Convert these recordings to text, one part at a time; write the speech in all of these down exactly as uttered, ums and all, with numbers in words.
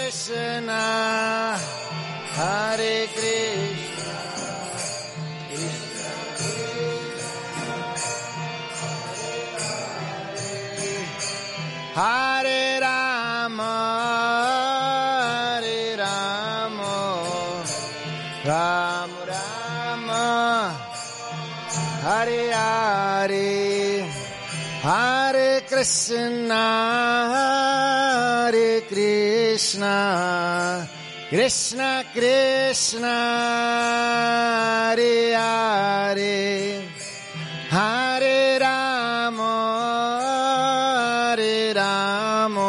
Krishna, Hare Krishna, Krishna Krishna, Hare Rama, Hare Rama, Ram Rama, Hare Hare, Hare Krishna, Hare Krishna, Krishna Krishna, Hare Hare, Hare Rama, Hare Rama,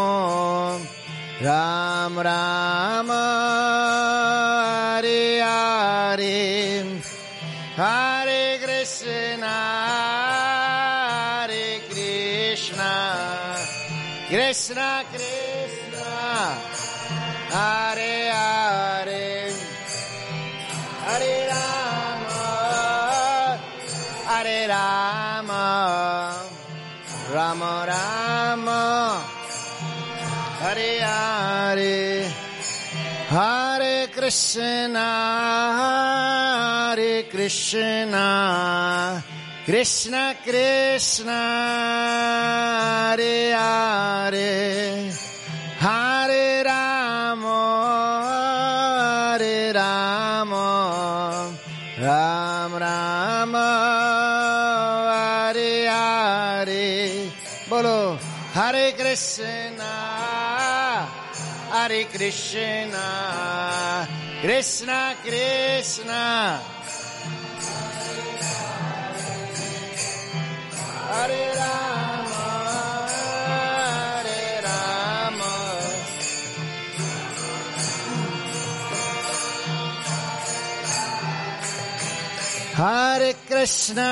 Ram Rama, Hare Hare, Hare Krishna, Hare Krishna, Krishna Krishna, Hare Hare, Hare Rama, Hare Rama, Rama Rama, Hare Hare, Hare Krishna, Hare Krishna, Krishna Krishna, Hare Hare, Hare Rama, Hare Rama, Ram Rama, Hare Hare. Bolo, Hare Krishna, Hare Krishna, Krishna Krishna, Hare Rama, Hare Rama, Hare Krishna,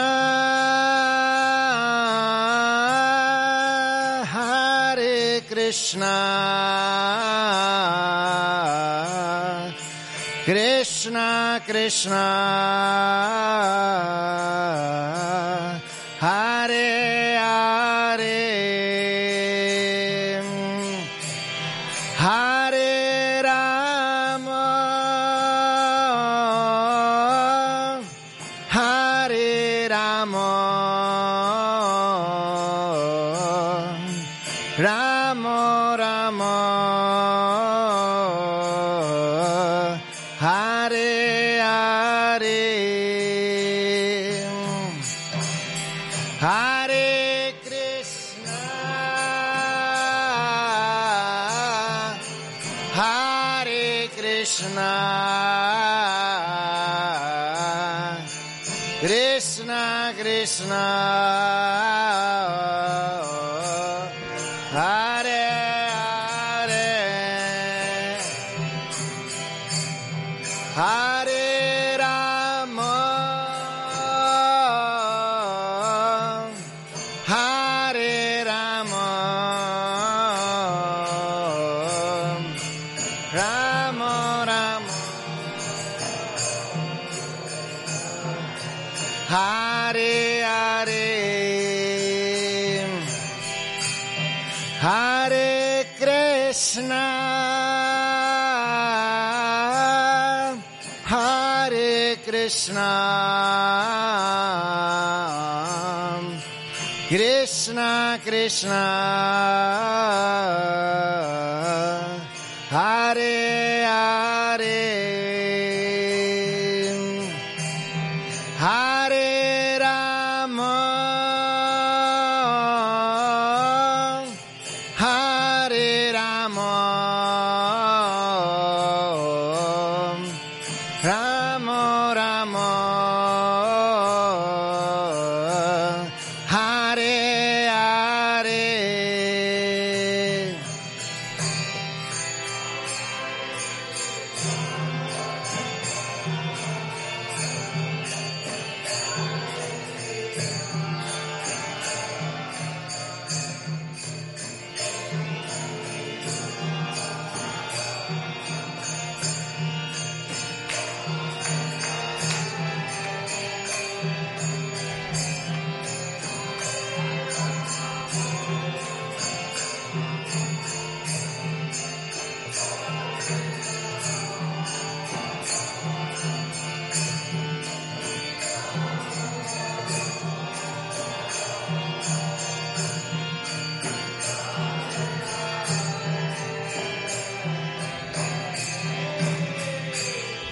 Hare Krishna, Krishna Krishna, Hare Hare, Hare Rama, Hare Rama, Rama Rama, Hare Hare, Hare Krishna, Hare Krishna, Krishna Krishna, Hare Hare, Hare Rama, Hare Rama, Rama Rama, Hare Hare, Hare Krishna, Hare Krishna, Krishna Krishna, Hare Hare, Hare Rama, Hare Rama, Rama Rama, Hare Hare,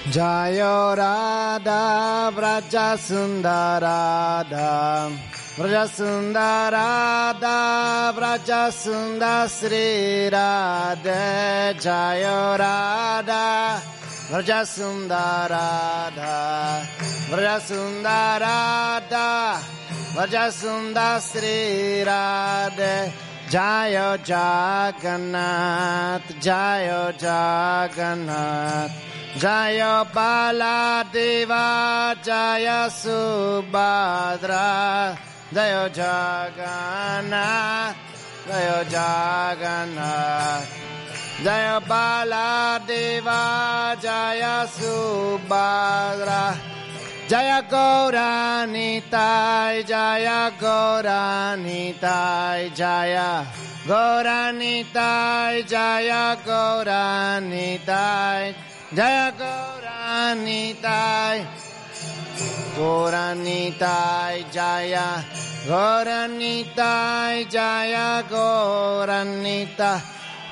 Jayo Radha Vraja Sundarada Vraja Sundarada Vraja Sundar Sri Radha Jayo Radha Vraja Sundarada Vraja Sundarada Vraja Sundar Sri Radha Jayo Jagannath Jayo Jagannath Jayo Baladeva Jaya Subhadra Jayo Jagannath Jayo Jagannath Jayo Baladeva Jaya Subhadra Jaya Gauranitai Jaya Gauranitai Jaya Gauranitai Jaya Gauranitai Jaya Gauranitai Gauranitai Jaya Gauranitai Jaya Gauranitai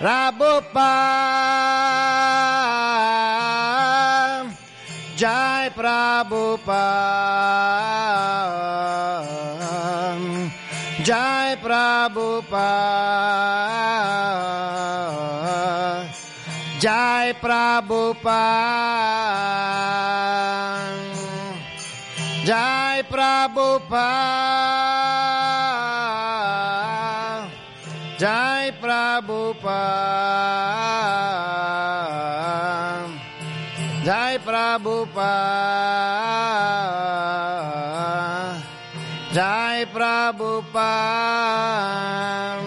Prabhupada Jai Prabhupada Jai Prabhupada Jai Prabhupada Jai Prabhupada Jai Prabhupada Jai Prabhupada Jai Prabhupada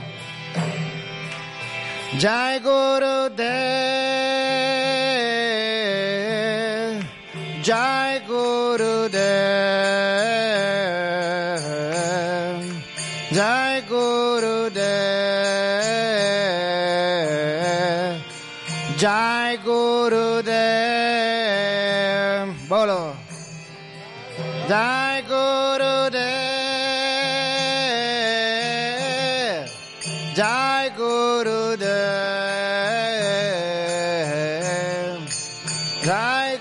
Jai Gurudev Jai Gurudev Jai Gurudev Jai Gurudev Bolo Jai Gurudev Jai Gurudev Jai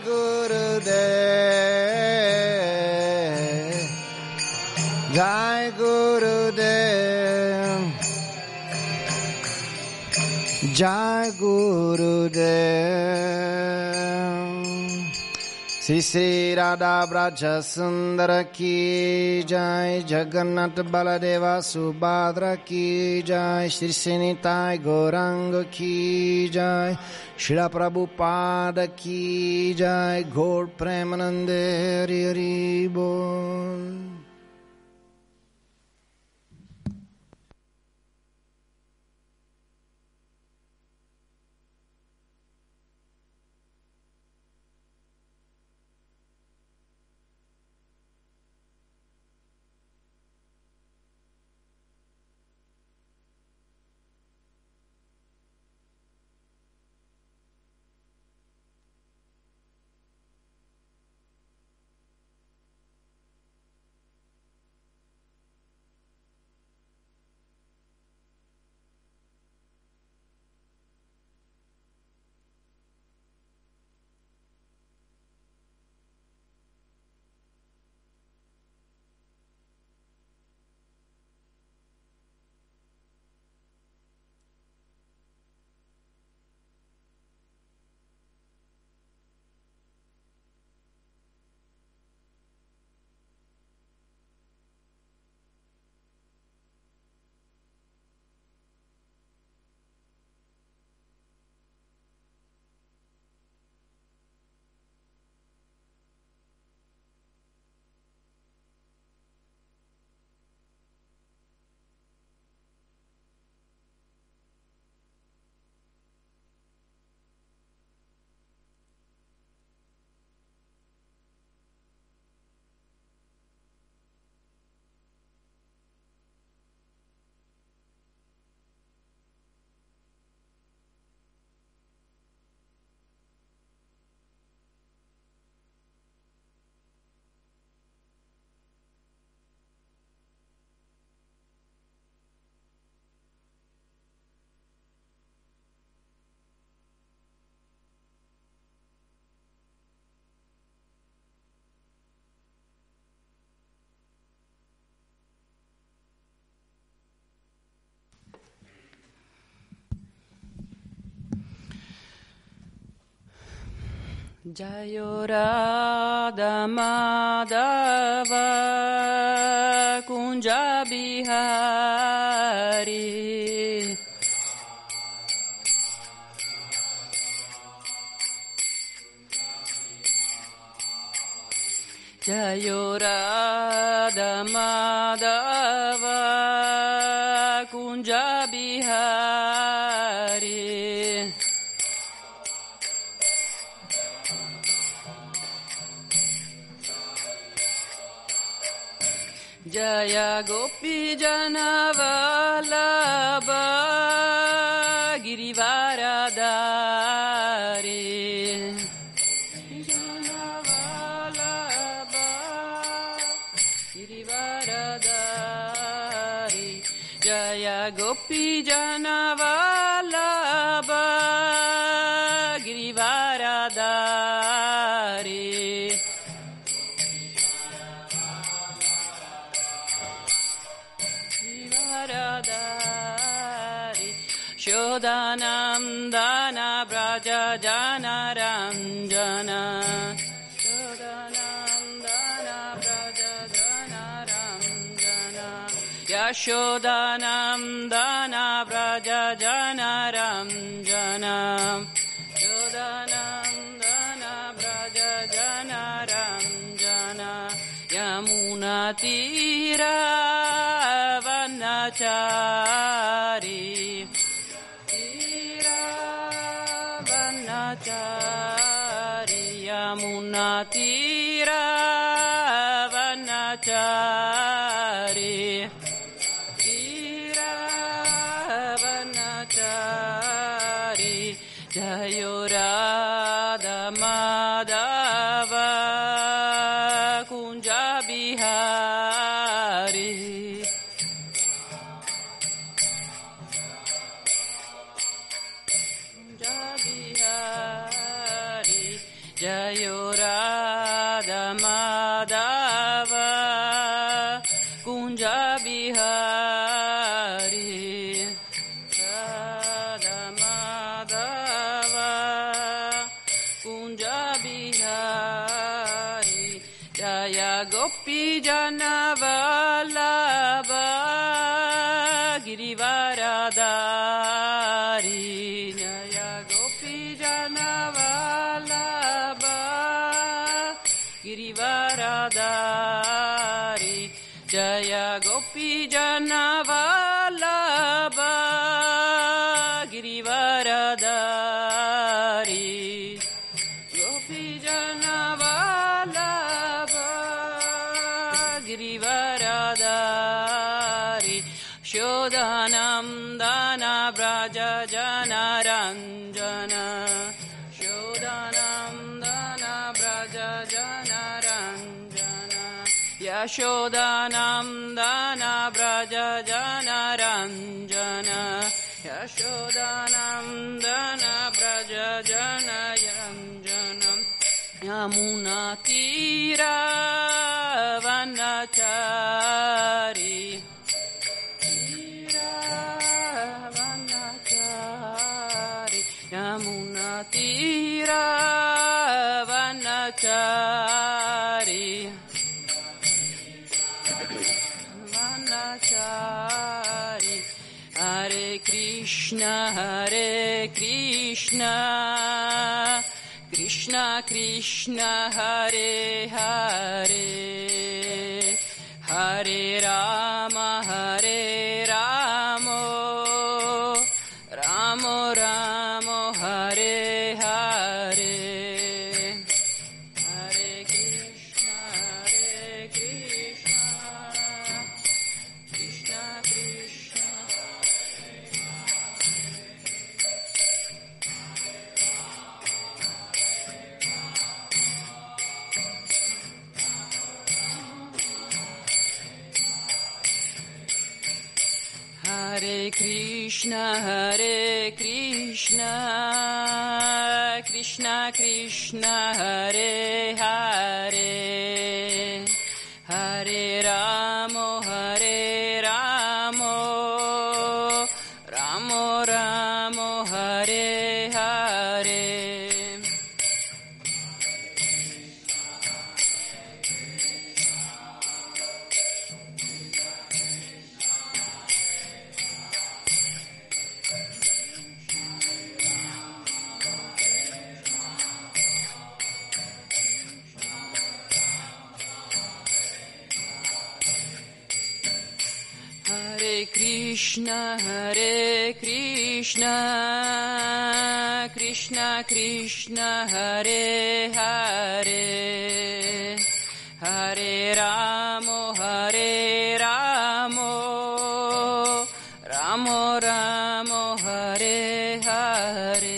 Gurudev Jai Gurudev Jai Gurudev Sri Sri Radha Braja Sundara Ki Jai Jagannath Baladeva Subhadra Ki Jai Sri Senitai Gauranga Ki Jai Srila Prabhupada Ki Jai Gaur Premanande Hari Hari Bol. Jayo Radha Madhava Kunja Bihari Jayo Radha Madhava Kunja Bihari Jaya Gopi Jana Vallabha Girivaradari Jana Vallabha Girivaradari Jaya Gopi Jana Vallabha Girivaradari Shodhanandana Braja Jana Ranjana Shodhanandana Braja Jana Ranjana Yashodhanandana Braja Jana Ranjana Shodhanandana Braja Jana Ranjana Yamuna Tira Vanachari Vanachari Yamuna Tira Vanachari Tira Vanachari Jayo Radha Madhava Kunja Bihari Jayo Radha Madhava Kunja Bihari Radha Madhava Kunja Bihari Jaya Gopi Jana Vallabha Girivaradari Jaya Gopi Jana Vallabha Girivaradari Jaya Gopi Jana Vallabha Girivaradari Gopi Jana Vallabha Girivaradari Shodhanandana Braja Jana Ranjana Shodhanandana Braja Jana Ranjana Yashodhanandana Braja Jana Ranjana Yashodhanandana Braja Jana Ranjana Yamuna Tira Vanachari Tira Vanachari Yamuna Tira Vanachari Vanachari Hare Krishna Hare Krishna Krishna Krishna Hare Hare Hare Rama Hare Rama Rama Rama Hare Hare Hare Krishna Hare Krishna Krishna Krishna Hare Krishna Hare Krishna Krishna Krishna Hare Hare Hare Rama Hare Rama Rama Rama Hare Hare Krishna, Hare Krishna, Krishna Krishna, Hare Hare, Hare Ramo, Hare Ramo, Ramo Ramo, Hare Hare.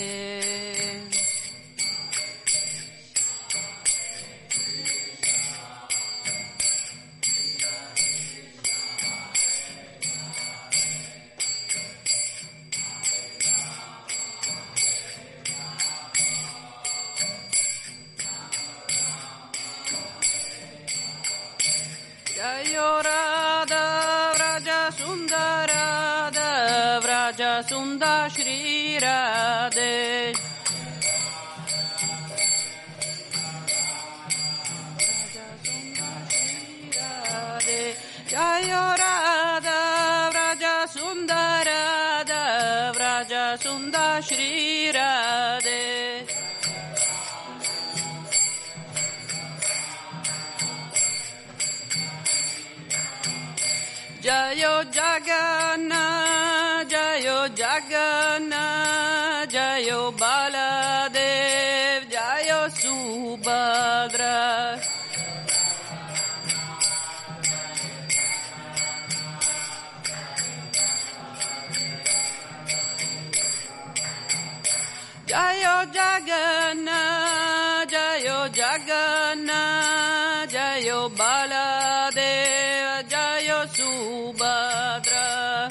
Jayo Radha Vraja Sundarada Vraja Sundar Shri Radhe, Jayo Radha Vraja Sundarada Vraja Sundar Shri Radhe. Jayo Jagannath, Jayo Jagannath, Jayo Baladev, Jayo Subhadra. Jayo Jagannath, Jayo Jagannath, Jayo Baladev, Jayo Subhadra.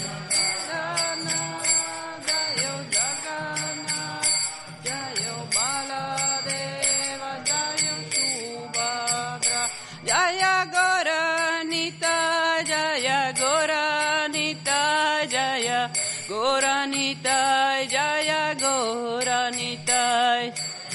Jayo Jagannath, Jayo Baladev, Jayo Subhadra. Jaya Goranita, Jaya Goranita, Jaya Goranita, Jaya Goranita.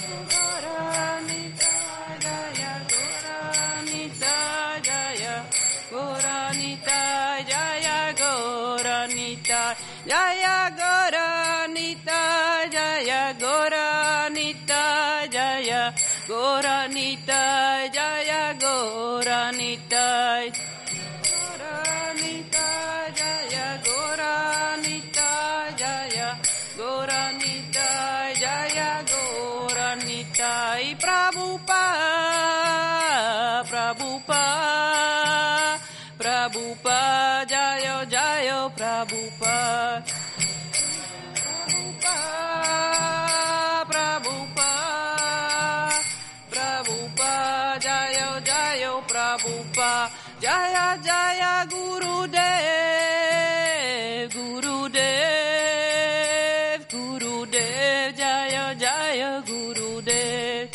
Jaya Goranita, Jaya Goranita, Jaya Goranita, Jaya Goranita. Goranita, Jaya Goranita, Jaya Goranita, Jaya Goranita. Prabhupada, Prabhupada, Prabhupada, Jayo Jayo Prabhupada. Prabhupada, Prabhupada, Jayo Jayo Prabhupada. Jaya Jaya Gurudev, Gurudev, Gurudev, Jaya Jaya Gurudev.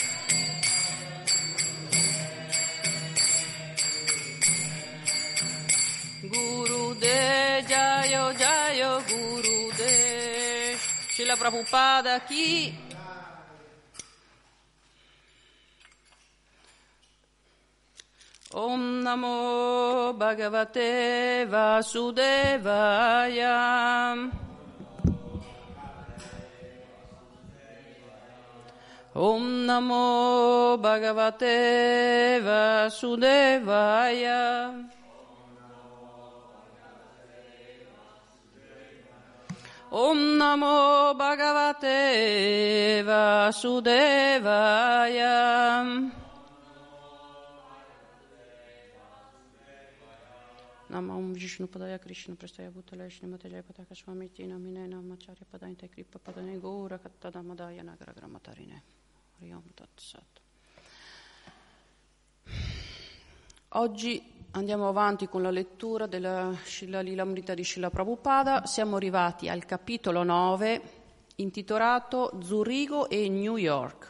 Gurudev, Jayo Jayo Gurudev. Srila Prabhupada chi? Om Namo Bhagavate Vasudevaya. Om Namo Bhagavate Vasudevaya. Om Namo Bhagavate Vasudevaya. Nama Om Vishnu Padaya Krishna Prastaya Bhutale Shrimate Jaya Pataka Swamiti Namine Namacharya Padayante Kripa Padane Gora Kattada Madaya Nagara Gramatarine. Hariom Tat Sat. Oggi andiamo avanti con la lettura della Srila Lilamrita di Srila Prabhupada. Siamo arrivati al capitolo nove, intitolato Zurigo e New York.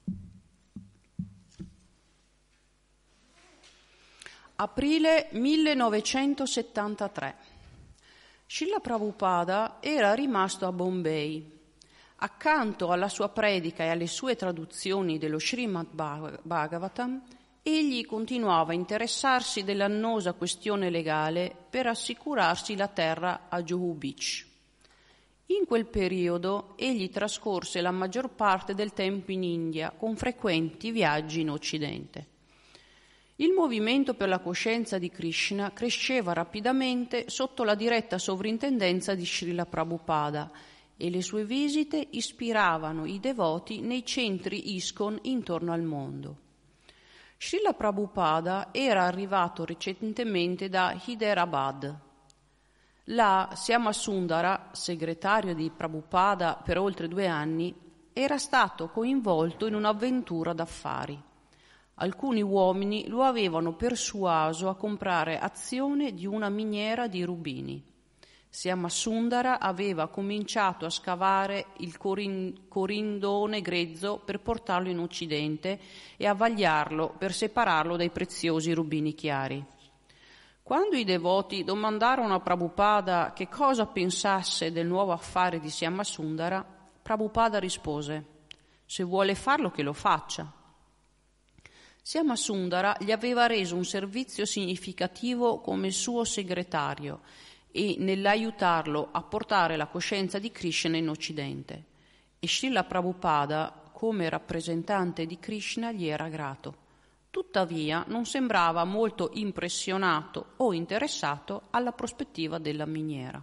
Aprile millenovecentosettantatré. Srila Prabhupada era rimasto a Bombay. Accanto alla sua predica e alle sue traduzioni dello Srimad Bhagavatam, egli continuava a interessarsi dell'annosa questione legale per assicurarsi la terra a Juhu Beach. In quel periodo egli trascorse la maggior parte del tempo in India, con frequenti viaggi in Occidente. Il movimento per la coscienza di Krishna cresceva rapidamente sotto la diretta sovrintendenza di Srila Prabhupada e le sue visite ispiravano i devoti nei centri ISKCON intorno al mondo. Srila Prabhupada era arrivato recentemente da Hyderabad. Là Syamasundara, segretario di Prabhupada per oltre due anni, era stato coinvolto in un'avventura d'affari. Alcuni uomini lo avevano persuaso a comprare azione di una miniera di rubini. Syamasundara aveva cominciato a scavare il corin- corindone grezzo per portarlo in Occidente e a vagliarlo per separarlo dai preziosi rubini chiari. Quando i devoti domandarono a Prabhupada che cosa pensasse del nuovo affare di Syamasundara, Prabhupada rispose: «Se vuole farlo, che lo faccia». Syamasundara gli aveva reso un servizio significativo come suo segretario e nell'aiutarlo a portare la coscienza di Krishna in Occidente. E Srila Prabhupada, come rappresentante di Krishna, gli era grato. Tuttavia non sembrava molto impressionato o interessato alla prospettiva della miniera.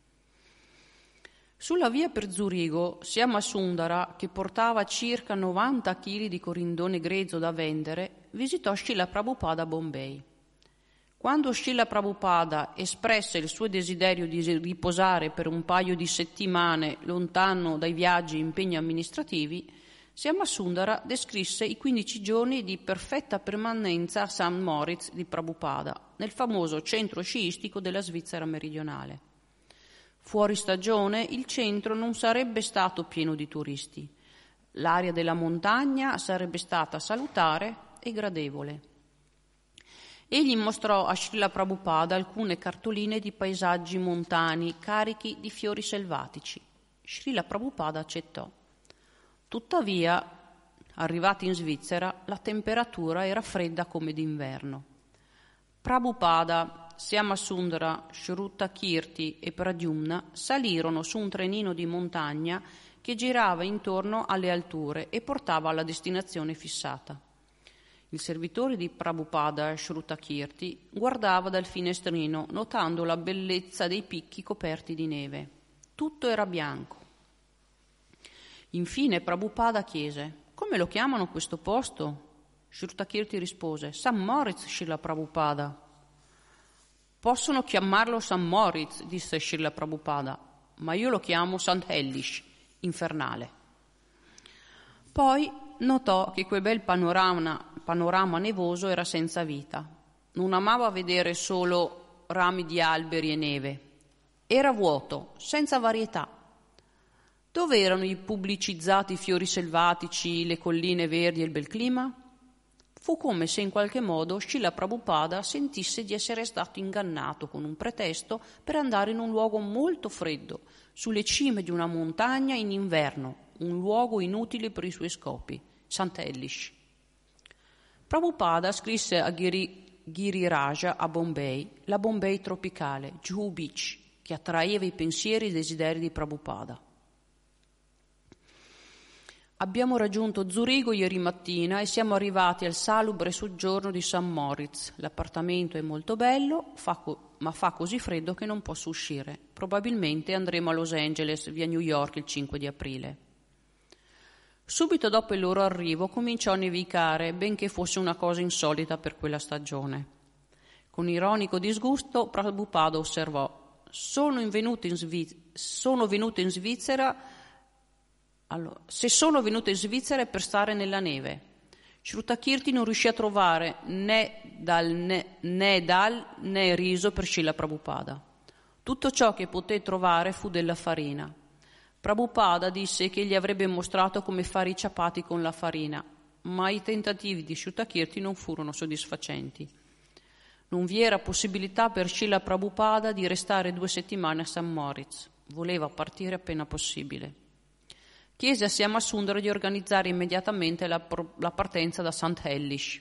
Sulla via per Zurigo, Syamasundara, che portava circa novanta chili di corindone grezzo da vendere, visitò Srila Prabhupada a Bombay. Quando Srila Prabhupada espresse il suo desiderio di riposare per un paio di settimane lontano dai viaggi e impegni amministrativi, Syamasundara descrisse i quindici giorni di perfetta permanenza a Sankt Moritz di Prabhupada, nel famoso centro sciistico della Svizzera meridionale. Fuori stagione il centro non sarebbe stato pieno di turisti. L'aria della montagna sarebbe stata salutare e gradevole. Egli mostrò a Srila Prabhupada alcune cartoline di paesaggi montani carichi di fiori selvatici. Srila Prabhupada accettò. Tuttavia, arrivati in Svizzera, la temperatura era fredda come d'inverno. Prabhupada, Syamasundara, Shrutakirti e Pradyumna salirono su un trenino di montagna che girava intorno alle alture e portava alla destinazione fissata. Il servitore di Prabhupada, Shrutakirti, guardava dal finestrino, notando la bellezza dei picchi coperti di neve. Tutto era bianco. Infine Prabhupada chiese: «Come lo chiamano questo posto?» Shrutakirti rispose: «Sankt Moritz, Srila Prabhupada». «Possono chiamarlo Sankt Moritz», disse Srila Prabhupada, «ma io lo chiamo Sant Hellish, infernale». Poi notò che quel bel panorama, panorama nevoso era senza vita. Non amava vedere solo rami di alberi e neve. Era vuoto, senza varietà. Dove erano i pubblicizzati fiori selvatici, le colline verdi e il bel clima? Fu come se in qualche modo Srila Prabhupada sentisse di essere stato ingannato con un pretesto per andare in un luogo molto freddo, sulle cime di una montagna in inverno, un luogo inutile per i suoi scopi, Sant Hellish. Prabhupada scrisse a Giri, Giriraja a Bombay la Bombay tropicale, Juhu Beach, che attraeva i pensieri e i desideri di Prabhupada. Abbiamo raggiunto Zurigo ieri mattina e siamo arrivati al salubre soggiorno di Sankt Moritz. L'appartamento è molto bello, fa co- ma fa così freddo che non posso uscire. Probabilmente andremo a Los Angeles, via New York, il cinque di aprile. Subito dopo il loro arrivo cominciò a nevicare, benché fosse una cosa insolita per quella stagione. Con ironico disgusto Prabhupada osservò: «Sono venuto in, Sviz- sono venuto in Svizzera Allora, se sono venuto in Svizzera è per stare nella neve». Shrutakirti non riuscì a trovare né dal né, né dal né riso per Srila Prabhupada. Tutto ciò che poté trovare fu della farina. Prabhupada disse che gli avrebbe mostrato come fare i ciapati con la farina, ma i tentativi di Shrutakirti non furono soddisfacenti. Non vi era possibilità per Srila Prabhupada di restare due settimane a Sankt Moritz. Voleva partire appena possibile. Chiese a Syamasundara di organizzare immediatamente la, la partenza da Sant Hellish.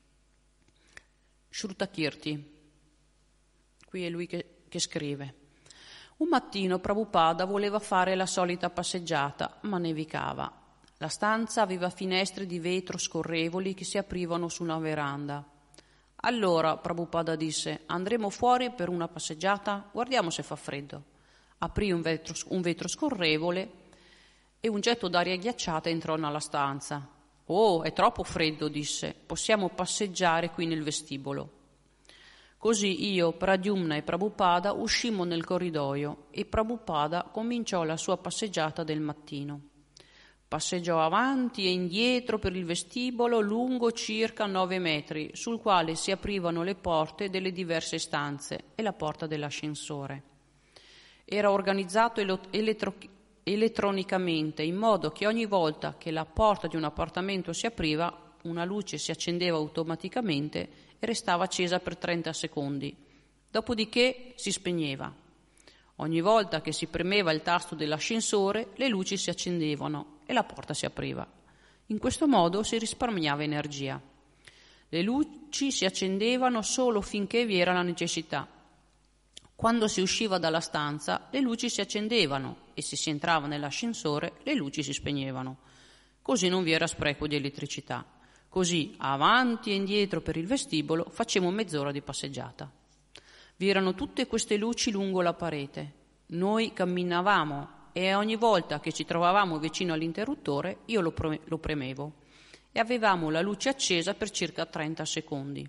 Shrutakirti, qui è lui che, che scrive: un mattino Prabhupada voleva fare la solita passeggiata, ma nevicava. La stanza aveva finestre di vetro scorrevoli che si aprivano su una veranda. Allora Prabhupada disse: andremo fuori per una passeggiata? Guardiamo se fa freddo. Aprì un vetro, un vetro scorrevole e un getto d'aria ghiacciata entrò nella stanza. Oh, è troppo freddo, disse, possiamo passeggiare qui nel vestibolo. Così io, Pradyumna e Prabhupada uscimmo nel corridoio e Prabhupada cominciò la sua passeggiata del mattino. Passeggiò avanti e indietro per il vestibolo lungo circa nove metri, sul quale si aprivano le porte delle diverse stanze e la porta dell'ascensore. Era organizzato elettro- elettronicamente, in modo che ogni volta che la porta di un appartamento si apriva, una luce si accendeva automaticamente e restava accesa per trenta secondi, dopodiché si spegneva. Ogni volta che si premeva il tasto dell'ascensore, le luci si accendevano e la porta si apriva. In questo modo si risparmiava energia. Le luci si accendevano solo finché vi era la necessità. Quando si usciva dalla stanza, le luci si accendevano e se si entrava nell'ascensore, le luci si spegnevano. Così non vi era spreco di elettricità. Così, avanti e indietro per il vestibolo, facemmo mezz'ora di passeggiata. Vi erano tutte queste luci lungo la parete. Noi camminavamo e ogni volta che ci trovavamo vicino all'interruttore io lo, pre- lo premevo e avevamo la luce accesa per circa trenta secondi.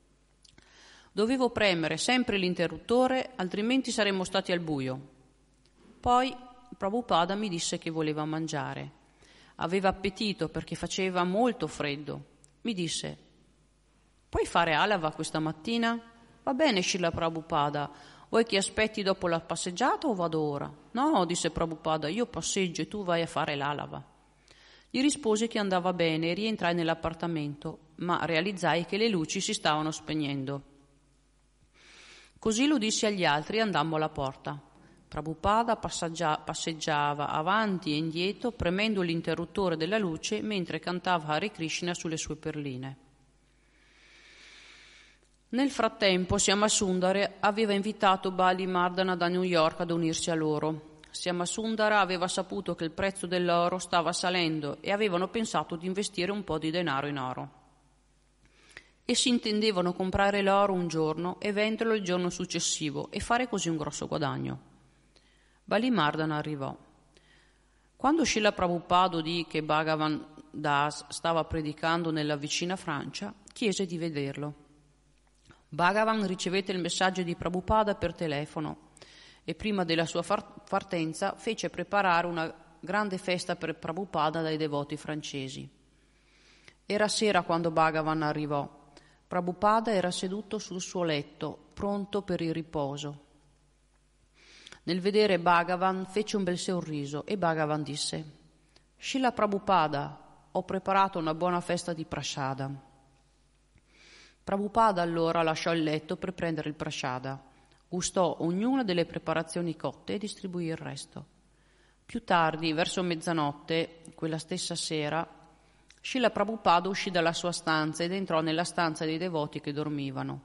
Dovevo premere sempre l'interruttore, altrimenti saremmo stati al buio. Poi Prabhupada mi disse che voleva mangiare. Aveva appetito perché faceva molto freddo. Mi disse: puoi fare alava questa mattina? Va bene, Srila Prabhupada, vuoi che aspetti dopo la passeggiata o vado ora? No, disse Prabhupada, io passeggio e tu vai a fare l'alava. Gli risposi che andava bene e rientrai nell'appartamento, ma realizzai che le luci si stavano spegnendo. Così lo dissi agli altri e andammo alla porta. Prabhupada passeggiava avanti e indietro premendo l'interruttore della luce mentre cantava Hare Krishna sulle sue perline. Nel frattempo Syamasundara aveva invitato Bali Mardana da New York ad unirsi a loro. Syamasundara aveva saputo che il prezzo dell'oro stava salendo e avevano pensato di investire un po' di denaro in oro. Essi intendevano comprare l'oro un giorno e venderlo il giorno successivo e fare così un grosso guadagno. Bali Mardana arrivò. Quando Srila Prabhupada udì che Bhagavan Das stava predicando nella vicina Francia, chiese di vederlo. Bhagavan ricevette il messaggio di Prabhupada per telefono e prima della sua partenza fece preparare una grande festa per Prabhupada dai devoti francesi. Era sera quando Bhagavan arrivò. Prabhupada era seduto sul suo letto, pronto per il riposo. Nel vedere Bhagavan fece un bel sorriso e Bhagavan disse: Srila Prabhupada, ho preparato una buona festa di prasada. Prabhupada allora lasciò il letto per prendere il prasada, gustò ognuna delle preparazioni cotte e distribuì il resto. Più tardi, verso mezzanotte, quella stessa sera, Srila Prabhupada uscì dalla sua stanza ed entrò nella stanza dei devoti che dormivano.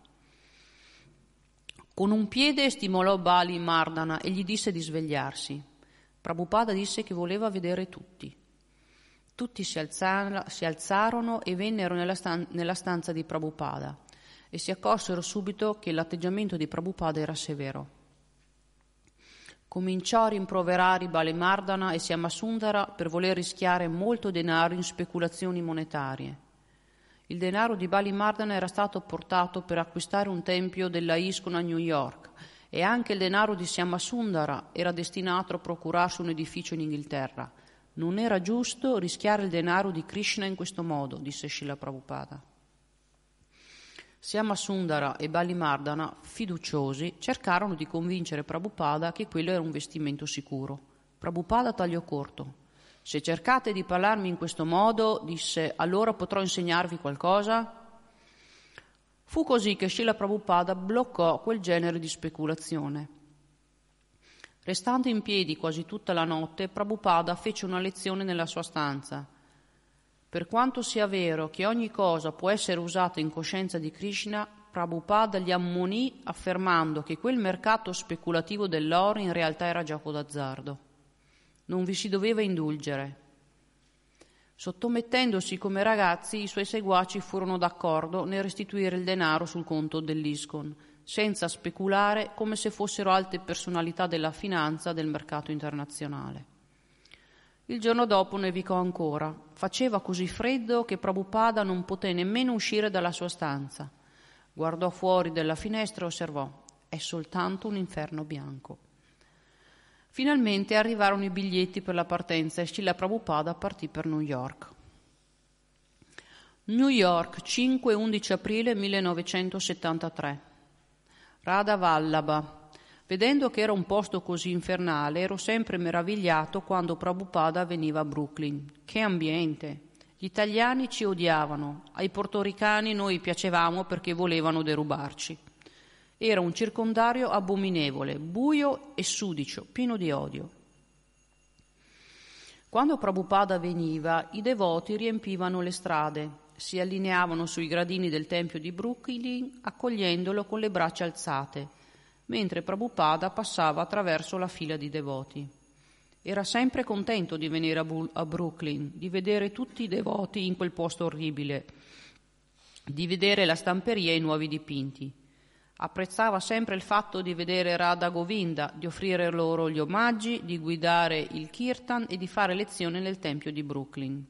Con un piede stimolò Bali Mardana e gli disse di svegliarsi. Prabhupada disse che voleva vedere tutti. Tutti si, alzar- si alzarono e vennero nella, stan- nella stanza di Prabhupada e si accorsero subito che l'atteggiamento di Prabhupada era severo. Cominciò a rimproverare Bali Mardana e Syamasundara per voler rischiare molto denaro in speculazioni monetarie. Il denaro di Bali Mardana era stato portato per acquistare un tempio della ISKCON a New York e anche il denaro di Syamasundara era destinato a procurarsi un edificio in Inghilterra. Non era giusto rischiare il denaro di Krishna in questo modo, disse Srila Prabhupada. Syamasundara e Bali Mardana, fiduciosi, cercarono di convincere Prabhupada che quello era un investimento sicuro. Prabhupada tagliò corto. Se cercate di parlarmi in questo modo, disse, allora potrò insegnarvi qualcosa? Fu così che Srila Prabhupada bloccò quel genere di speculazione. Restando in piedi quasi tutta la notte, Prabhupada fece una lezione nella sua stanza. Per quanto sia vero che ogni cosa può essere usata in coscienza di Krishna, Prabhupada li ammonì affermando che quel mercato speculativo dell'oro in realtà era gioco d'azzardo. Non vi si doveva indulgere. Sottomettendosi come ragazzi, i suoi seguaci furono d'accordo nel restituire il denaro sul conto dell'ISKCON, senza speculare, come se fossero alte personalità della finanza del mercato internazionale. Il giorno dopo nevicò ancora. Faceva così freddo che Prabhupada non poté nemmeno uscire dalla sua stanza. Guardò fuori dalla finestra e osservò: è soltanto un inferno bianco. Finalmente arrivarono i biglietti per la partenza e Srila Prabhupada partì per New York. New York, cinque e undici aprile millenovecentosettantatré. Radha Vallabha. Vedendo che era un posto così infernale, ero sempre meravigliato quando Prabhupada veniva a Brooklyn. Che ambiente! Gli italiani ci odiavano, ai portoricani noi piacevamo perché volevano derubarci. Era un circondario abominevole, buio e sudicio, pieno di odio. Quando Prabhupada veniva, i devoti riempivano le strade, si allineavano sui gradini del tempio di Brooklyn accogliendolo con le braccia alzate, mentre Prabhupada passava attraverso la fila di devoti. Era sempre contento di venire a, Bu- a Brooklyn, di vedere tutti i devoti in quel posto orribile, di vedere la stamperia e i nuovi dipinti. Apprezzava sempre il fatto di vedere Radha Govinda, di offrire loro gli omaggi, di guidare il kirtan e di fare lezione nel tempio di Brooklyn.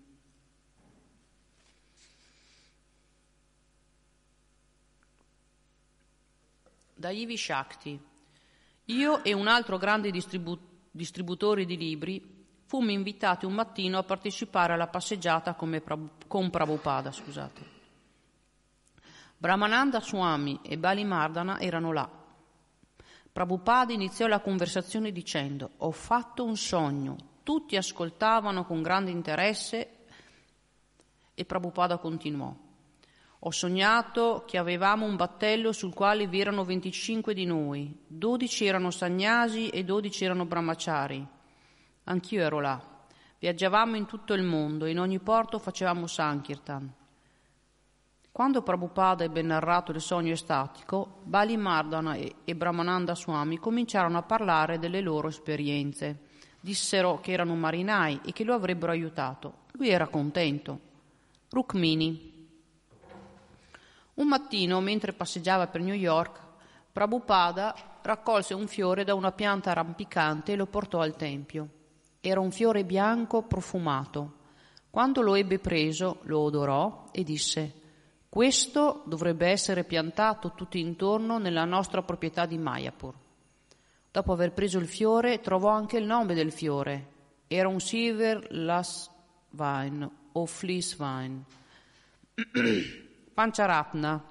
Da Ivi Shakti. Io e un altro grande distribu- distributore di libri fummo invitati un mattino a partecipare alla passeggiata come Prab- con Prabhupada. Scusate. Brahmananda Swami e Bali Mardana erano là. Prabhupada iniziò la conversazione dicendo: ho fatto un sogno. Tutti ascoltavano con grande interesse e Prabhupada continuò: ho sognato che avevamo un battello sul quale vi erano venticinque di noi, dodici erano sannyasi e dodici erano brahmachari. Anch'io ero là. Viaggiavamo in tutto il mondo e in ogni porto facevamo Sankirtan. Quando Prabhupada ebbe narrato il sogno estatico, Bali Mardana e Brahmananda Swami cominciarono a parlare delle loro esperienze. Dissero che erano marinai e che lo avrebbero aiutato. Lui era contento. Rukmini. Un mattino, mentre passeggiava per New York, Prabhupada raccolse un fiore da una pianta rampicante e lo portò al tempio. Era un fiore bianco profumato. Quando lo ebbe preso, lo odorò e disse: questo dovrebbe essere piantato tutto intorno nella nostra proprietà di Mayapur. Dopo aver preso il fiore, trovò anche il nome del fiore. Era un Silver Lass Vine o Fleece Vine. Pancharatna.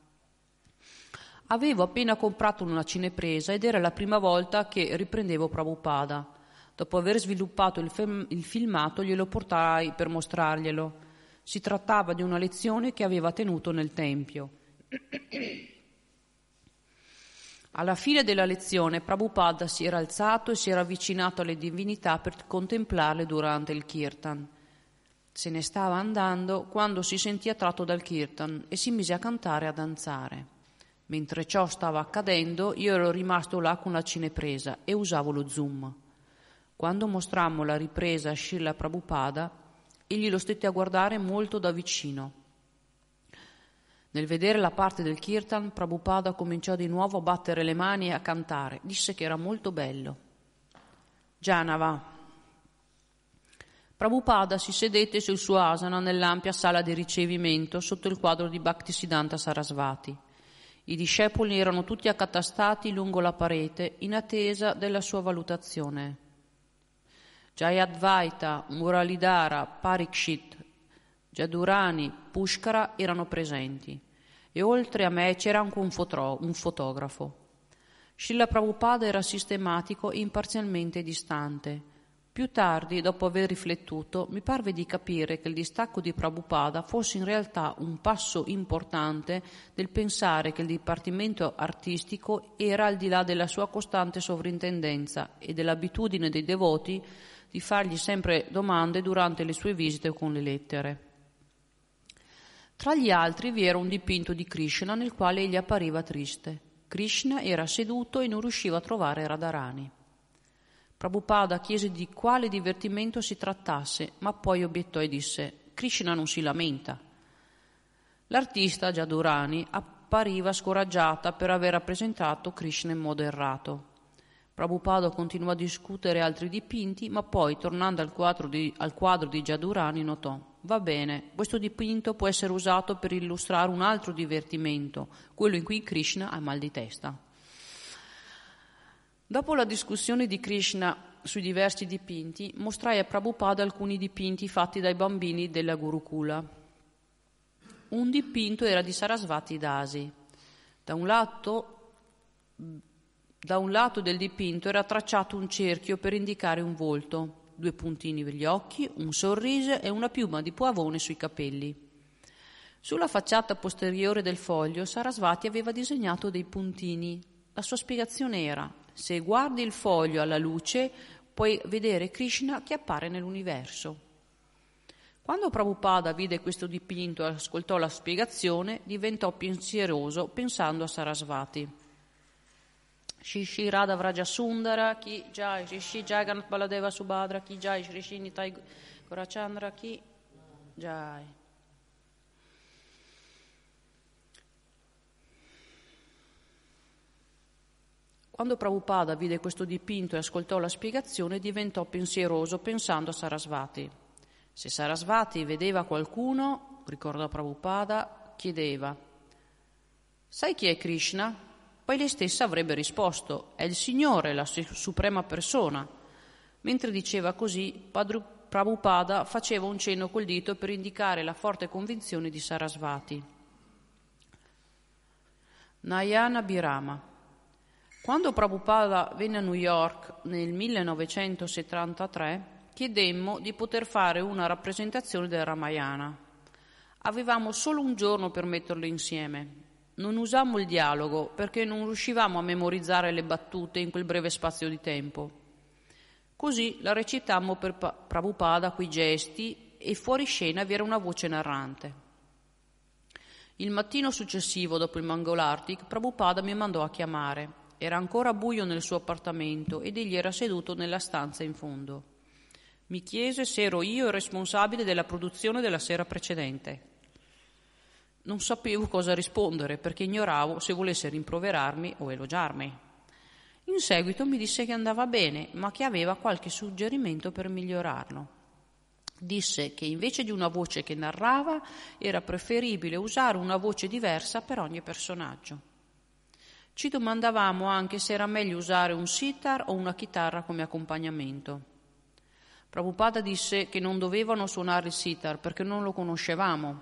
Avevo appena comprato una cinepresa ed era la prima volta che riprendevo Prabhupada. Dopo aver sviluppato il, film, il filmato, glielo portai per mostrarglielo. Si trattava di una lezione che aveva tenuto nel tempio. Alla fine della lezione Prabhupada si era alzato e si era avvicinato alle divinità per contemplarle durante il kirtan. Se ne stava andando quando si sentì attratto dal kirtan e si mise a cantare e a danzare. Mentre ciò stava accadendo, io ero rimasto là con la cinepresa e usavo lo zoom. Quando mostrammo la ripresa a Srila Prabhupada, egli lo stette a guardare molto da vicino. Nel vedere la parte del kirtan, Prabhupada cominciò di nuovo a battere le mani e a cantare. Disse che era molto bello. Janava. Prabhupada si sedette sul suo asana nell'ampia sala di ricevimento sotto il quadro di Bhaktisiddhanta Sarasvati. I discepoli erano tutti accatastati lungo la parete in attesa della sua valutazione. Jayadvaita, Muralidhara, Parikshit, Jadurani, Pushkara erano presenti e oltre a me c'era anche un, fotro- un fotografo. Srila Prabhupada era sistematico e imparzialmente distante. Più tardi, dopo aver riflettuto, mi parve di capire che il distacco di Prabhupada fosse in realtà un passo importante nel pensare che il dipartimento artistico era al di là della sua costante sovrintendenza e dell'abitudine dei devoti di fargli sempre domande durante le sue visite con le lettere. Tra gli altri vi era un dipinto di Krishna nel quale egli appariva triste. Krishna era seduto e non riusciva a trovare Radharani. Prabhupada chiese di quale divertimento si trattasse, ma poi obiettò e disse: Krishna non si lamenta. L'artista Jadurani appariva scoraggiata per aver rappresentato Krishna in modo errato. Prabhupada continuò a discutere altri dipinti, ma poi, tornando al quadro di, al quadro di Jadurani, notò: va bene, questo dipinto può essere usato per illustrare un altro divertimento, quello in cui Krishna ha mal di testa. Dopo la discussione di Krishna sui diversi dipinti, mostrai a Prabhupada alcuni dipinti fatti dai bambini della Gurukula. Un dipinto era di Sarasvati Dasi. Da un lato, da un lato del dipinto era tracciato un cerchio per indicare un volto, due puntini per gli occhi, un sorriso e una piuma di pavone sui capelli. Sulla facciata posteriore del foglio Sarasvati aveva disegnato dei puntini. La sua spiegazione era: se guardi il foglio alla luce puoi vedere Krishna che appare nell'universo. Quando Prabhupada vide questo dipinto e ascoltò la spiegazione, diventò pensieroso pensando a Sarasvati. Shri Shri Radha Vraja Sundara Ki Jai, Shri Shri Jagannath Baladeva Subhadra Ki Jai, Shri Shri Nitai Gaurachandra Ki Jai. Quando Prabhupada vide questo dipinto e ascoltò la spiegazione, diventò pensieroso pensando a Sarasvati. Se Sarasvati vedeva qualcuno, ricordò Prabhupada, chiedeva: sai chi è Krishna? Poi lei stessa avrebbe risposto: è il Signore, la suprema persona. Mentre diceva così, Padre Prabhupada faceva un cenno col dito per indicare la forte convinzione di Sarasvati. Nayana Birama. Quando Prabhupada venne a New York nel millenovecentosettantatré, chiedemmo di poter fare una rappresentazione del Ramayana. Avevamo solo un giorno per metterlo insieme. Non usammo il dialogo perché non riuscivamo a memorizzare le battute in quel breve spazio di tempo. Così la recitammo per Prabhupada coi gesti e fuori scena vi era una voce narrante. Il mattino successivo, dopo il Mangalarti, Prabhupada mi mandò a chiamare. Era ancora buio nel suo appartamento ed egli era seduto nella stanza in fondo. Mi chiese se ero io il responsabile della produzione della sera precedente. Non sapevo cosa rispondere perché ignoravo se volesse rimproverarmi o elogiarmi. In seguito mi disse che andava bene, ma che aveva qualche suggerimento per migliorarlo. Disse che invece di una voce che narrava era preferibile usare una voce diversa per ogni personaggio. Ci domandavamo anche se era meglio usare un sitar o una chitarra come accompagnamento. Prabhupada disse che non dovevano suonare il sitar perché non lo conoscevamo.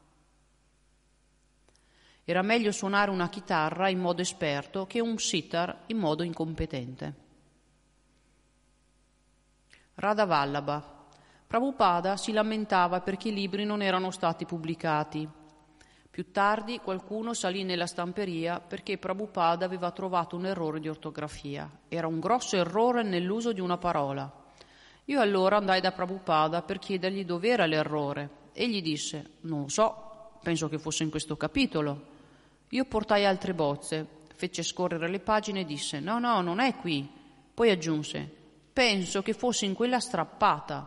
Era meglio suonare una chitarra in modo esperto che un sitar in modo incompetente. Radha Vallabha. Prabhupada si lamentava perché i libri non erano stati pubblicati. Più tardi qualcuno salì nella stamperia perché Prabhupada aveva trovato un errore di ortografia. Era un grosso errore nell'uso di una parola. Io allora andai da Prabhupada per chiedergli dov'era l'errore. Egli disse: non lo so, penso che fosse in questo capitolo. Io portai altre bozze, fece scorrere le pagine e disse: no, no, non è qui. Poi aggiunse: penso che fosse in quella strappata.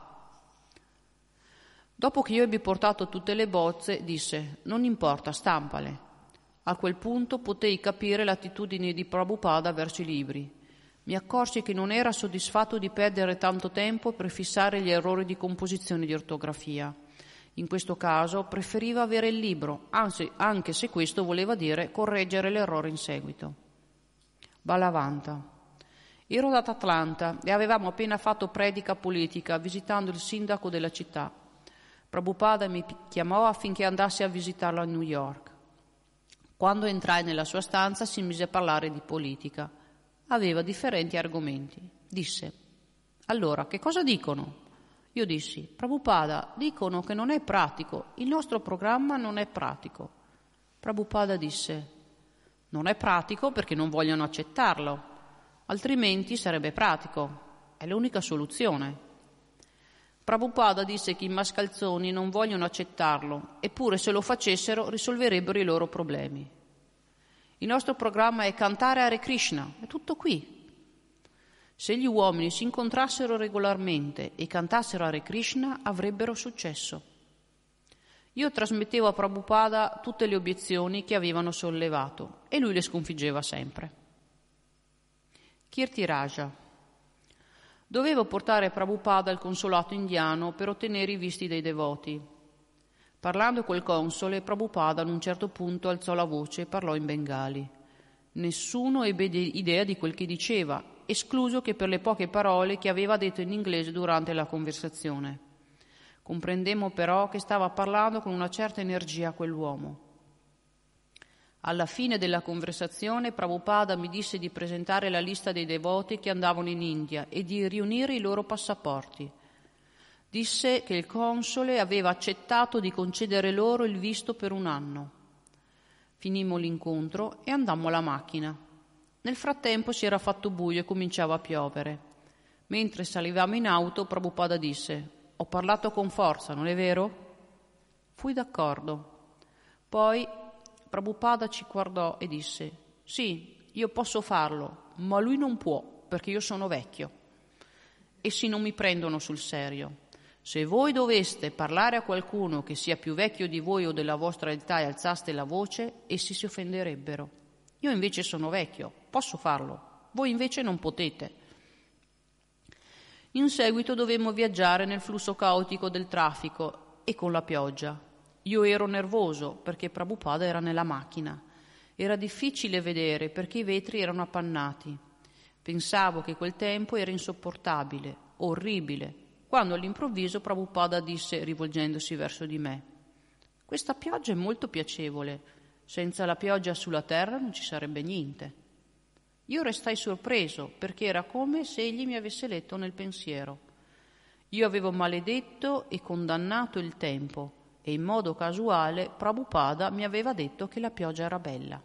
Dopo che io ebbi portato tutte le bozze, disse: non importa, stampale. A quel punto potei capire l'attitudine di Prabhupada verso i libri. Mi accorsi che non era soddisfatto di perdere tanto tempo per fissare gli errori di composizione e di ortografia. In questo caso preferiva avere il libro, anzi, anche se questo voleva dire correggere l'errore in seguito. Balavanta. Ero ad Atlanta e avevamo appena fatto predica politica visitando il sindaco della città. Prabhupada mi chiamò affinché andassi a visitarlo a New York. Quando entrai nella sua stanza si mise a parlare di politica. Aveva differenti argomenti. Disse: allora, che cosa dicono? Io dissi: Prabhupada, dicono che non è pratico, il nostro programma non è pratico. Prabhupada disse: non è pratico perché non vogliono accettarlo, altrimenti sarebbe pratico, è l'unica soluzione. Prabhupada disse che i mascalzoni non vogliono accettarlo, eppure se lo facessero risolverebbero i loro problemi. Il nostro programma è cantare Hare Krishna, è tutto qui. Se gli uomini si incontrassero regolarmente e cantassero Hare Krishna, avrebbero successo. Io trasmettevo a Prabhupada tutte le obiezioni che avevano sollevato e lui le sconfiggeva sempre. Kirti Raja. Dovevo portare Prabhupada al consolato indiano per ottenere i visti dei devoti. Parlando col console, Prabhupada ad un certo punto alzò la voce e parlò in bengali. Nessuno ebbe idea di quel che diceva, escluso che per le poche parole che aveva detto in inglese durante la conversazione. Comprendemmo però che stava parlando con una certa energia quell'uomo. Alla fine della conversazione Prabhupada mi disse di presentare la lista dei devoti che andavano in India e di riunire i loro passaporti. Disse che il console aveva accettato di concedere loro il visto per un anno. Finimmo l'incontro e andammo alla macchina. Nel frattempo si era fatto buio e cominciava a piovere. Mentre salivamo in auto, Prabhupada disse: «Ho parlato con forza, non è vero?» Fui d'accordo. Poi Prabhupada ci guardò e disse: «Sì, io posso farlo, ma lui non può, perché io sono vecchio. Essi non mi prendono sul serio. Se voi doveste parlare a qualcuno che sia più vecchio di voi o della vostra età e alzaste la voce, essi si offenderebbero. Io invece sono vecchio, posso farlo, voi invece non potete». In seguito dovemmo viaggiare nel flusso caotico del traffico e con la pioggia. Io ero nervoso perché Prabhupada era nella macchina. Era difficile vedere perché i vetri erano appannati. Pensavo che quel tempo era insopportabile, orribile, quando all'improvviso Prabhupada disse, rivolgendosi verso di me: «Questa pioggia è molto piacevole. Senza la pioggia sulla terra non ci sarebbe niente». Io restai sorpreso perché era come se egli mi avesse letto nel pensiero. Io avevo maledetto e condannato il tempo e in modo casuale Prabhupada mi aveva detto che la pioggia era bella.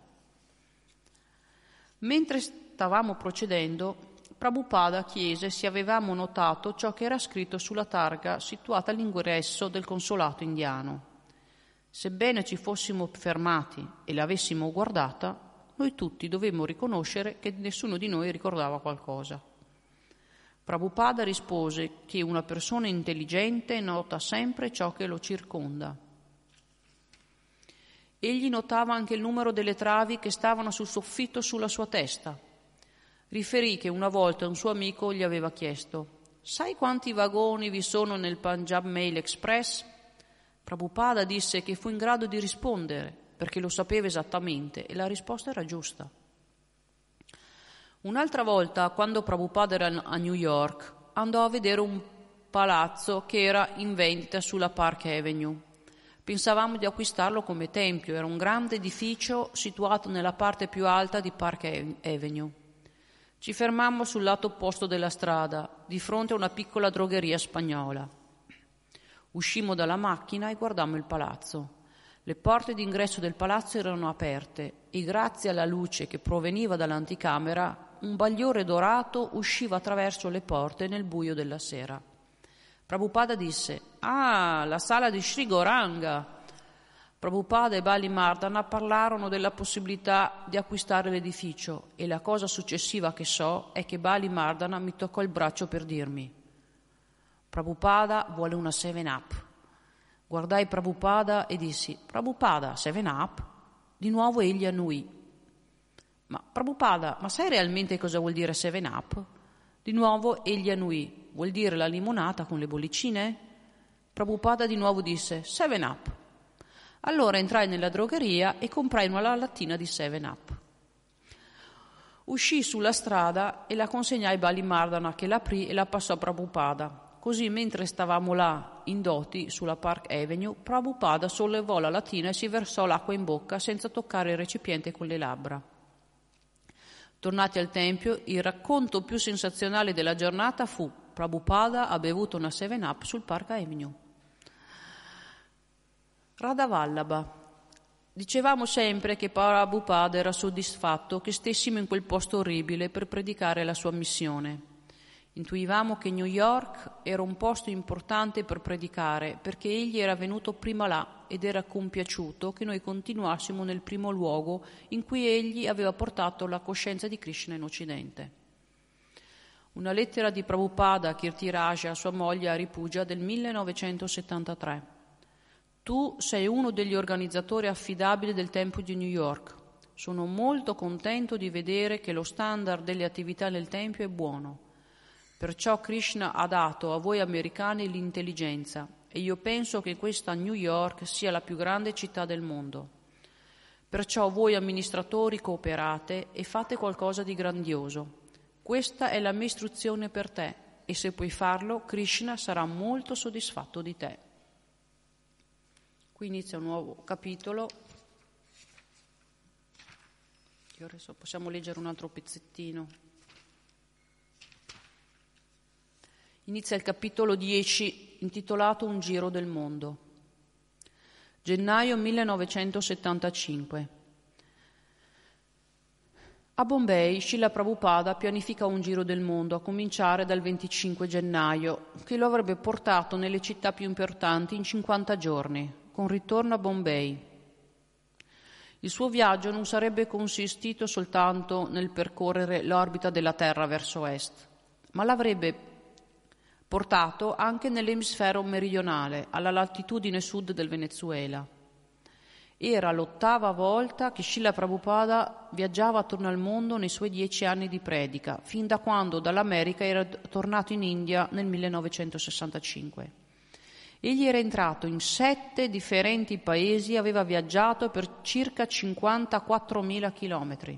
Mentre stavamo procedendo, Prabhupada chiese se avevamo notato ciò che era scritto sulla targa situata all'ingresso del consolato indiano. Sebbene ci fossimo fermati e l'avessimo guardata, noi tutti dovemmo riconoscere che nessuno di noi ricordava qualcosa. Prabhupada rispose che una persona intelligente nota sempre ciò che lo circonda. Egli notava anche il numero delle travi che stavano sul soffitto sulla sua testa. Riferì che una volta un suo amico gli aveva chiesto: «Sai quanti vagoni vi sono nel Punjab Mail Express?» Prabhupada disse che fu in grado di rispondere perché lo sapeva esattamente e la risposta era giusta. Un'altra volta, quando Prabhupada era a New York, andò a vedere un palazzo che era in vendita sulla Park Avenue. Pensavamo di acquistarlo come tempio, era un grande edificio situato nella parte più alta di Park Avenue. Ci fermammo sul lato opposto della strada, di fronte a una piccola drogheria spagnola. Uscimmo dalla macchina e guardammo il palazzo. Le porte d'ingresso del palazzo erano aperte e grazie alla luce che proveniva dall'anticamera un bagliore dorato usciva attraverso le porte nel buio della sera. Prabhupada disse: «Ah, la sala di Sri Gauranga!» Prabhupada e Bali Mardana parlarono della possibilità di acquistare l'edificio e la cosa successiva che so è che Bali Mardana mi toccò il braccio per dirmi: «Prabhupada vuole una seven up». Guardai Prabhupada e dissi: «Prabhupada, seven up?» Di nuovo egli annuì. «Ma Prabhupada, ma sai realmente cosa vuol dire seven up?» Di nuovo egli annuì. «Vuol dire la limonata con le bollicine?» Prabhupada di nuovo disse: seven up. Allora entrai nella drogheria e comprai una lattina di seven up. Uscii sulla strada e la consegnai a Bali Mardana, che l'aprì e la passò a Prabhupada. Così, mentre stavamo là, indoti, sulla Park Avenue, Prabhupada sollevò la lattina e si versò l'acqua in bocca senza toccare il recipiente con le labbra. Tornati al tempio, il racconto più sensazionale della giornata fu: Prabhupada ha bevuto una seven up sul Park Avenue. Radha Vallabha. Dicevamo sempre che Prabhupada era soddisfatto che stessimo in quel posto orribile per predicare la sua missione. Intuivamo che New York era un posto importante per predicare perché egli era venuto prima là ed era compiaciuto che noi continuassimo nel primo luogo in cui egli aveva portato la coscienza di Krishna in Occidente. Una lettera di Prabhupada a Kirtiraja, sua moglie Haripuja, del millenovecentosettantatré. Tu sei uno degli organizzatori affidabili del Tempio di New York. Sono molto contento di vedere che lo standard delle attività nel Tempio è buono. Perciò Krishna ha dato a voi americani l'intelligenza e io penso che questa New York sia la più grande città del mondo. Perciò voi amministratori cooperate e fate qualcosa di grandioso. Questa è la mia istruzione per te e se puoi farlo, Krishna sarà molto soddisfatto di te. Qui inizia un nuovo capitolo. Io adesso possiamo leggere un altro pezzettino. Inizia il capitolo dieci, intitolato Un giro del mondo. Gennaio millenovecentosettantacinque. A Bombay, Srila Prabhupada pianifica un giro del mondo a cominciare dal venticinque gennaio, che lo avrebbe portato nelle città più importanti in cinquanta giorni, con ritorno a Bombay. Il suo viaggio non sarebbe consistito soltanto nel percorrere l'orbita della Terra verso est, ma l'avrebbe portato anche nell'emisfero meridionale, alla latitudine sud del Venezuela. Era l'ottava volta che Srila Prabhupada viaggiava attorno al mondo nei suoi dieci anni di predica, fin da quando dall'America era tornato in India nel millenovecentosessantacinque. Egli era entrato in sette differenti paesi e aveva viaggiato per circa cinquantaquattromila chilometri.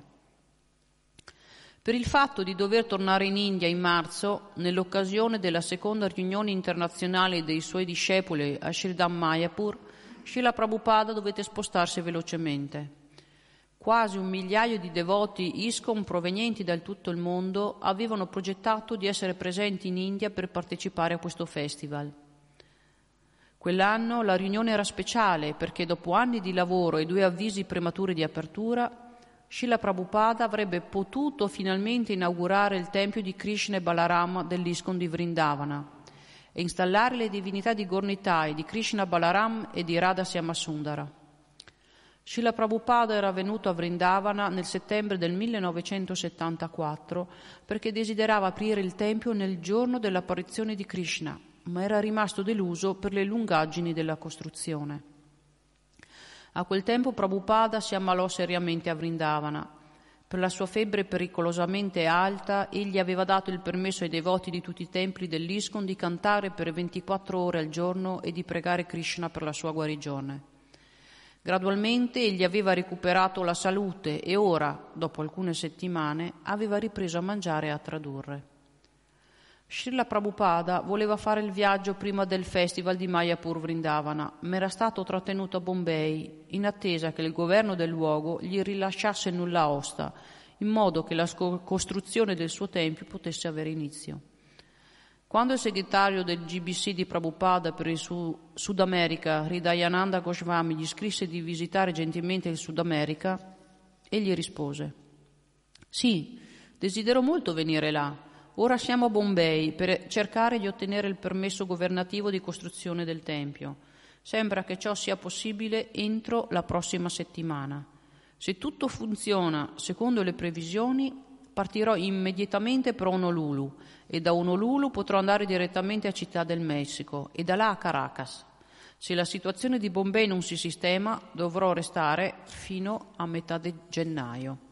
Per il fatto di dover tornare in India in marzo, nell'occasione della seconda riunione internazionale dei suoi discepoli a Sridham Mayapur, Srila Prabhupada dovette spostarsi velocemente. Quasi un migliaio di devoti ISKCON provenienti da tutto il mondo avevano progettato di essere presenti in India per partecipare a questo festival. Quell'anno la riunione era speciale perché dopo anni di lavoro e due avvisi prematuri di apertura, Srila Prabhupada avrebbe potuto finalmente inaugurare il tempio di Krishna e Balaram dell'ISKCON di Vrindavana e installare le divinità di Gornitai, di Krishna Balaram e di Radha Syamasundara. Srila Prabhupada era venuto a Vrindavana nel settembre del millenovecentosettantaquattro perché desiderava aprire il tempio nel giorno dell'apparizione di Krishna, ma era rimasto deluso per le lungaggini della costruzione. A quel tempo Prabhupada si ammalò seriamente a Vrindavana. Per la sua febbre pericolosamente alta, egli aveva dato il permesso ai devoti di tutti i templi dell'ISKCON di cantare per ventiquattro ore al giorno e di pregare Krishna per la sua guarigione. Gradualmente egli aveva recuperato la salute e ora, dopo alcune settimane, aveva ripreso a mangiare e a tradurre. Srila Prabhupada voleva fare il viaggio prima del festival di Mayapur Vrindavana, ma era stato trattenuto a Bombay in attesa che il governo del luogo gli rilasciasse nulla osta, in modo che la costruzione del suo tempio potesse avere inizio. Quando il segretario del G B C di Prabhupada per il Sud America, Hridayananda Goswami, gli scrisse di visitare gentilmente il Sud America, egli rispose: «Sì, desidero molto venire là. Ora siamo a Bombay per cercare di ottenere il permesso governativo di costruzione del tempio. Sembra che ciò sia possibile entro la prossima settimana. Se tutto funziona secondo le previsioni, partirò immediatamente per Honolulu e da Honolulu potrò andare direttamente a Città del Messico e da là a Caracas. Se la situazione di Bombay non si sistema, dovrò restare fino a metà di gennaio».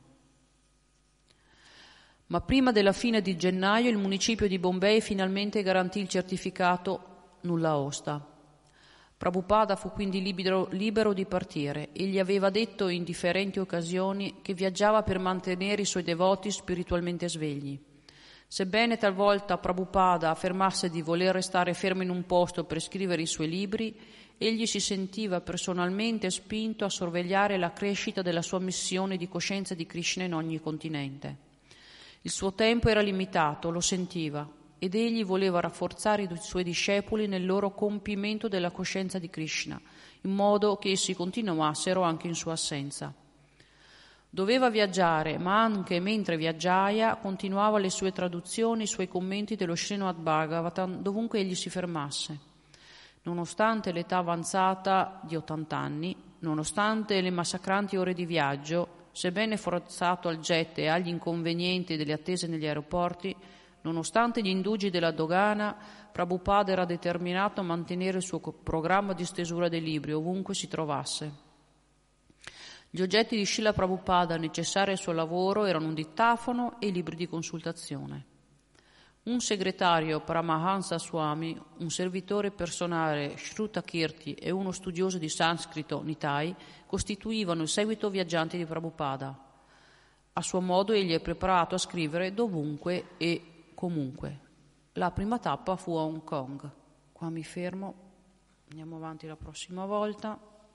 Ma prima della fine di gennaio il municipio di Bombay finalmente garantì il certificato nulla osta. Prabhupada fu quindi libero, libero di partire. Egli aveva detto in differenti occasioni che viaggiava per mantenere i suoi devoti spiritualmente svegli. Sebbene talvolta Prabhupada affermasse di voler restare fermo in un posto per scrivere i suoi libri, egli si sentiva personalmente spinto a sorvegliare la crescita della sua missione di coscienza di Krishna in ogni continente. Il suo tempo era limitato, lo sentiva, ed egli voleva rafforzare i suoi discepoli nel loro compimento della coscienza di Krishna, in modo che essi continuassero anche in sua assenza. Doveva viaggiare, ma anche mentre viaggiava continuava le sue traduzioni, i suoi commenti dello Srimad Bhagavatam dovunque egli si fermasse. Nonostante l'età avanzata di ottanta anni, nonostante le massacranti ore di viaggio, sebbene forzato al jet e agli inconvenienti delle attese negli aeroporti, Nonostante gli indugi della dogana, Prabhupada era determinato a mantenere il suo programma di stesura dei libri ovunque si trovasse. Gli oggetti di Srila Prabhupada necessari al suo lavoro erano un dittafono e libri di consultazione. Un segretario Paramahansa Swami, un servitore personale Shruta Kirti e uno studioso di sanscrito Nitai costituivano il seguito viaggiante di Prabhupada. A suo modo egli è preparato a scrivere dovunque e comunque. La prima tappa fu a Hong Kong. Qua mi fermo, andiamo avanti la prossima volta.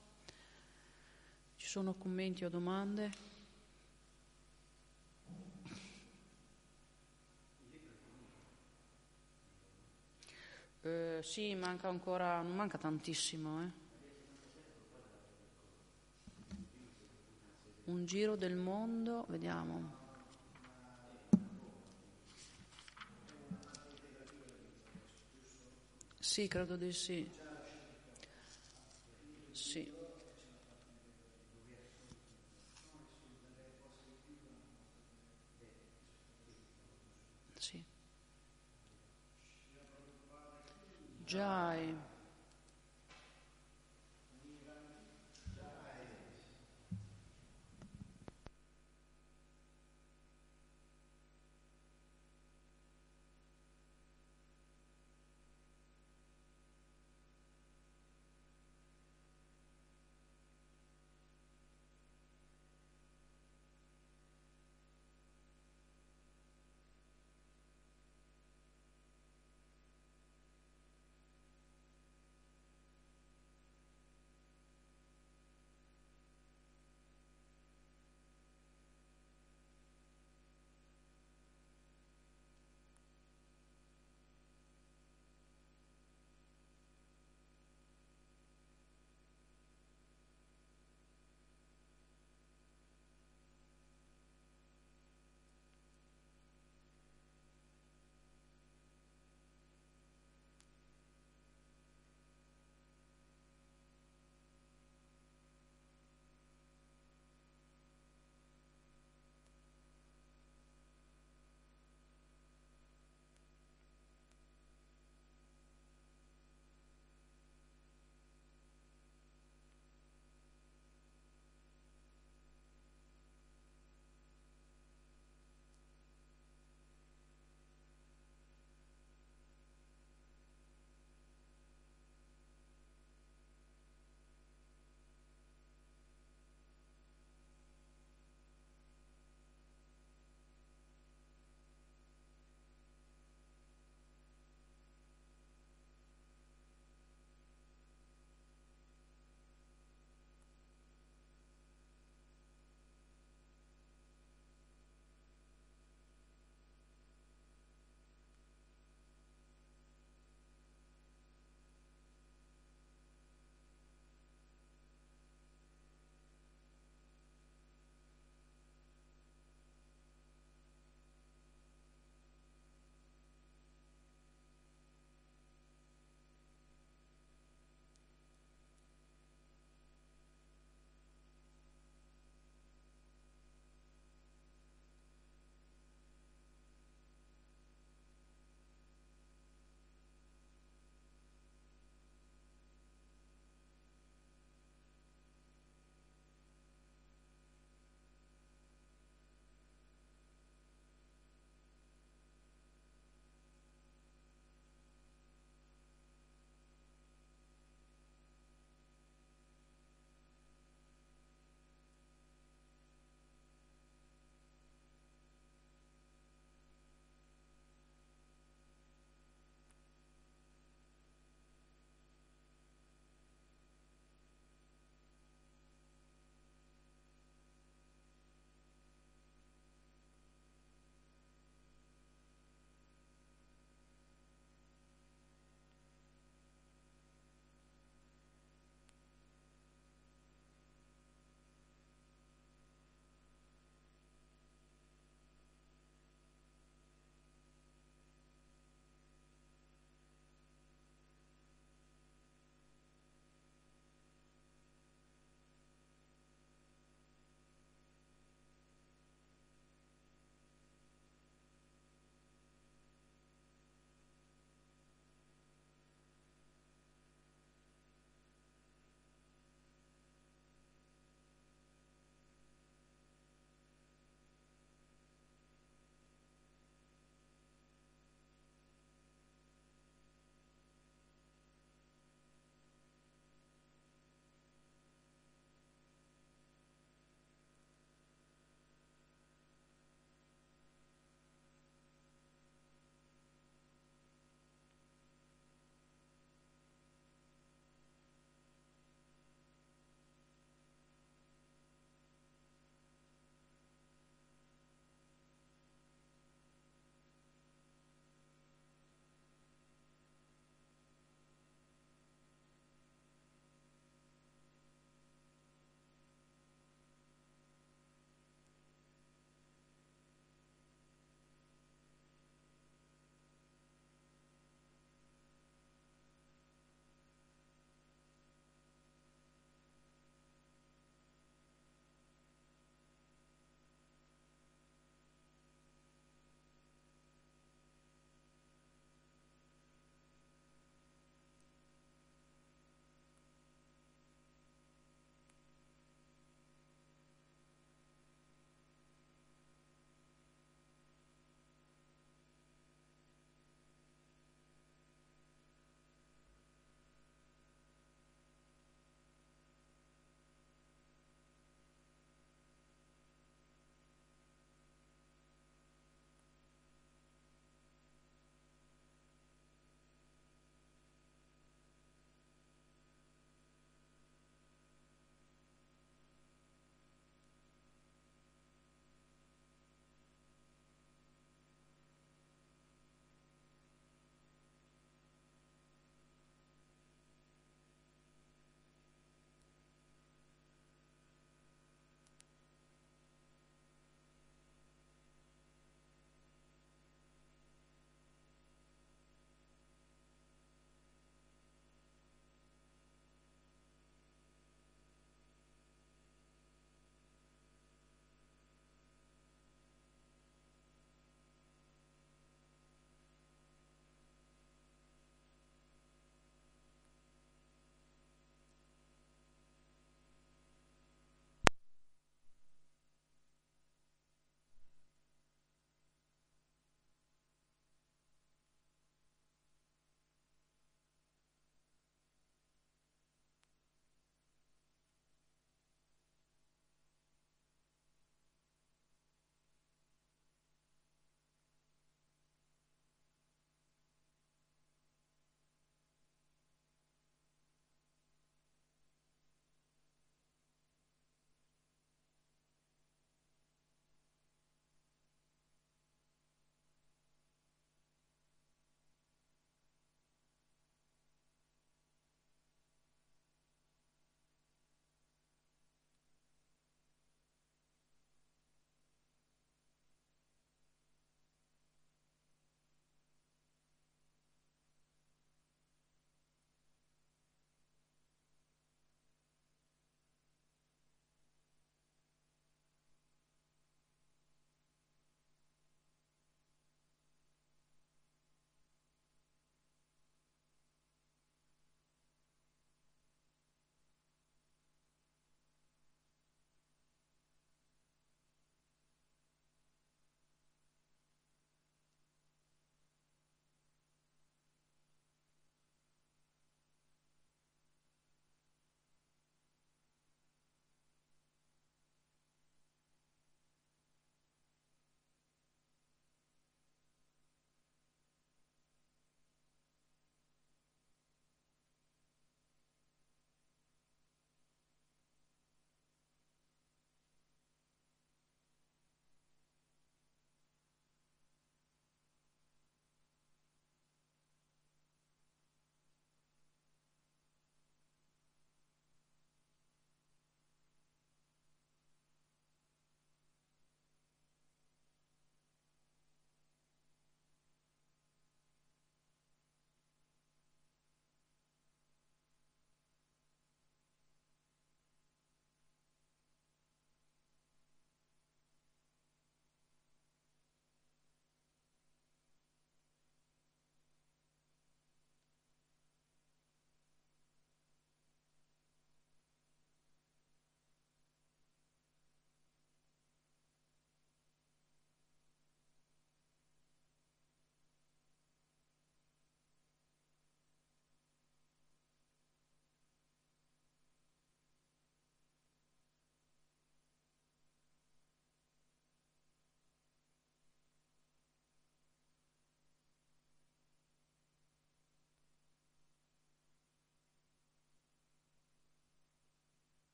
Ci sono commenti o domande? Eh, sì, manca ancora, non manca tantissimo, eh. Un giro del mondo, vediamo. Sì, credo di sì. Sì. Sì. Jai.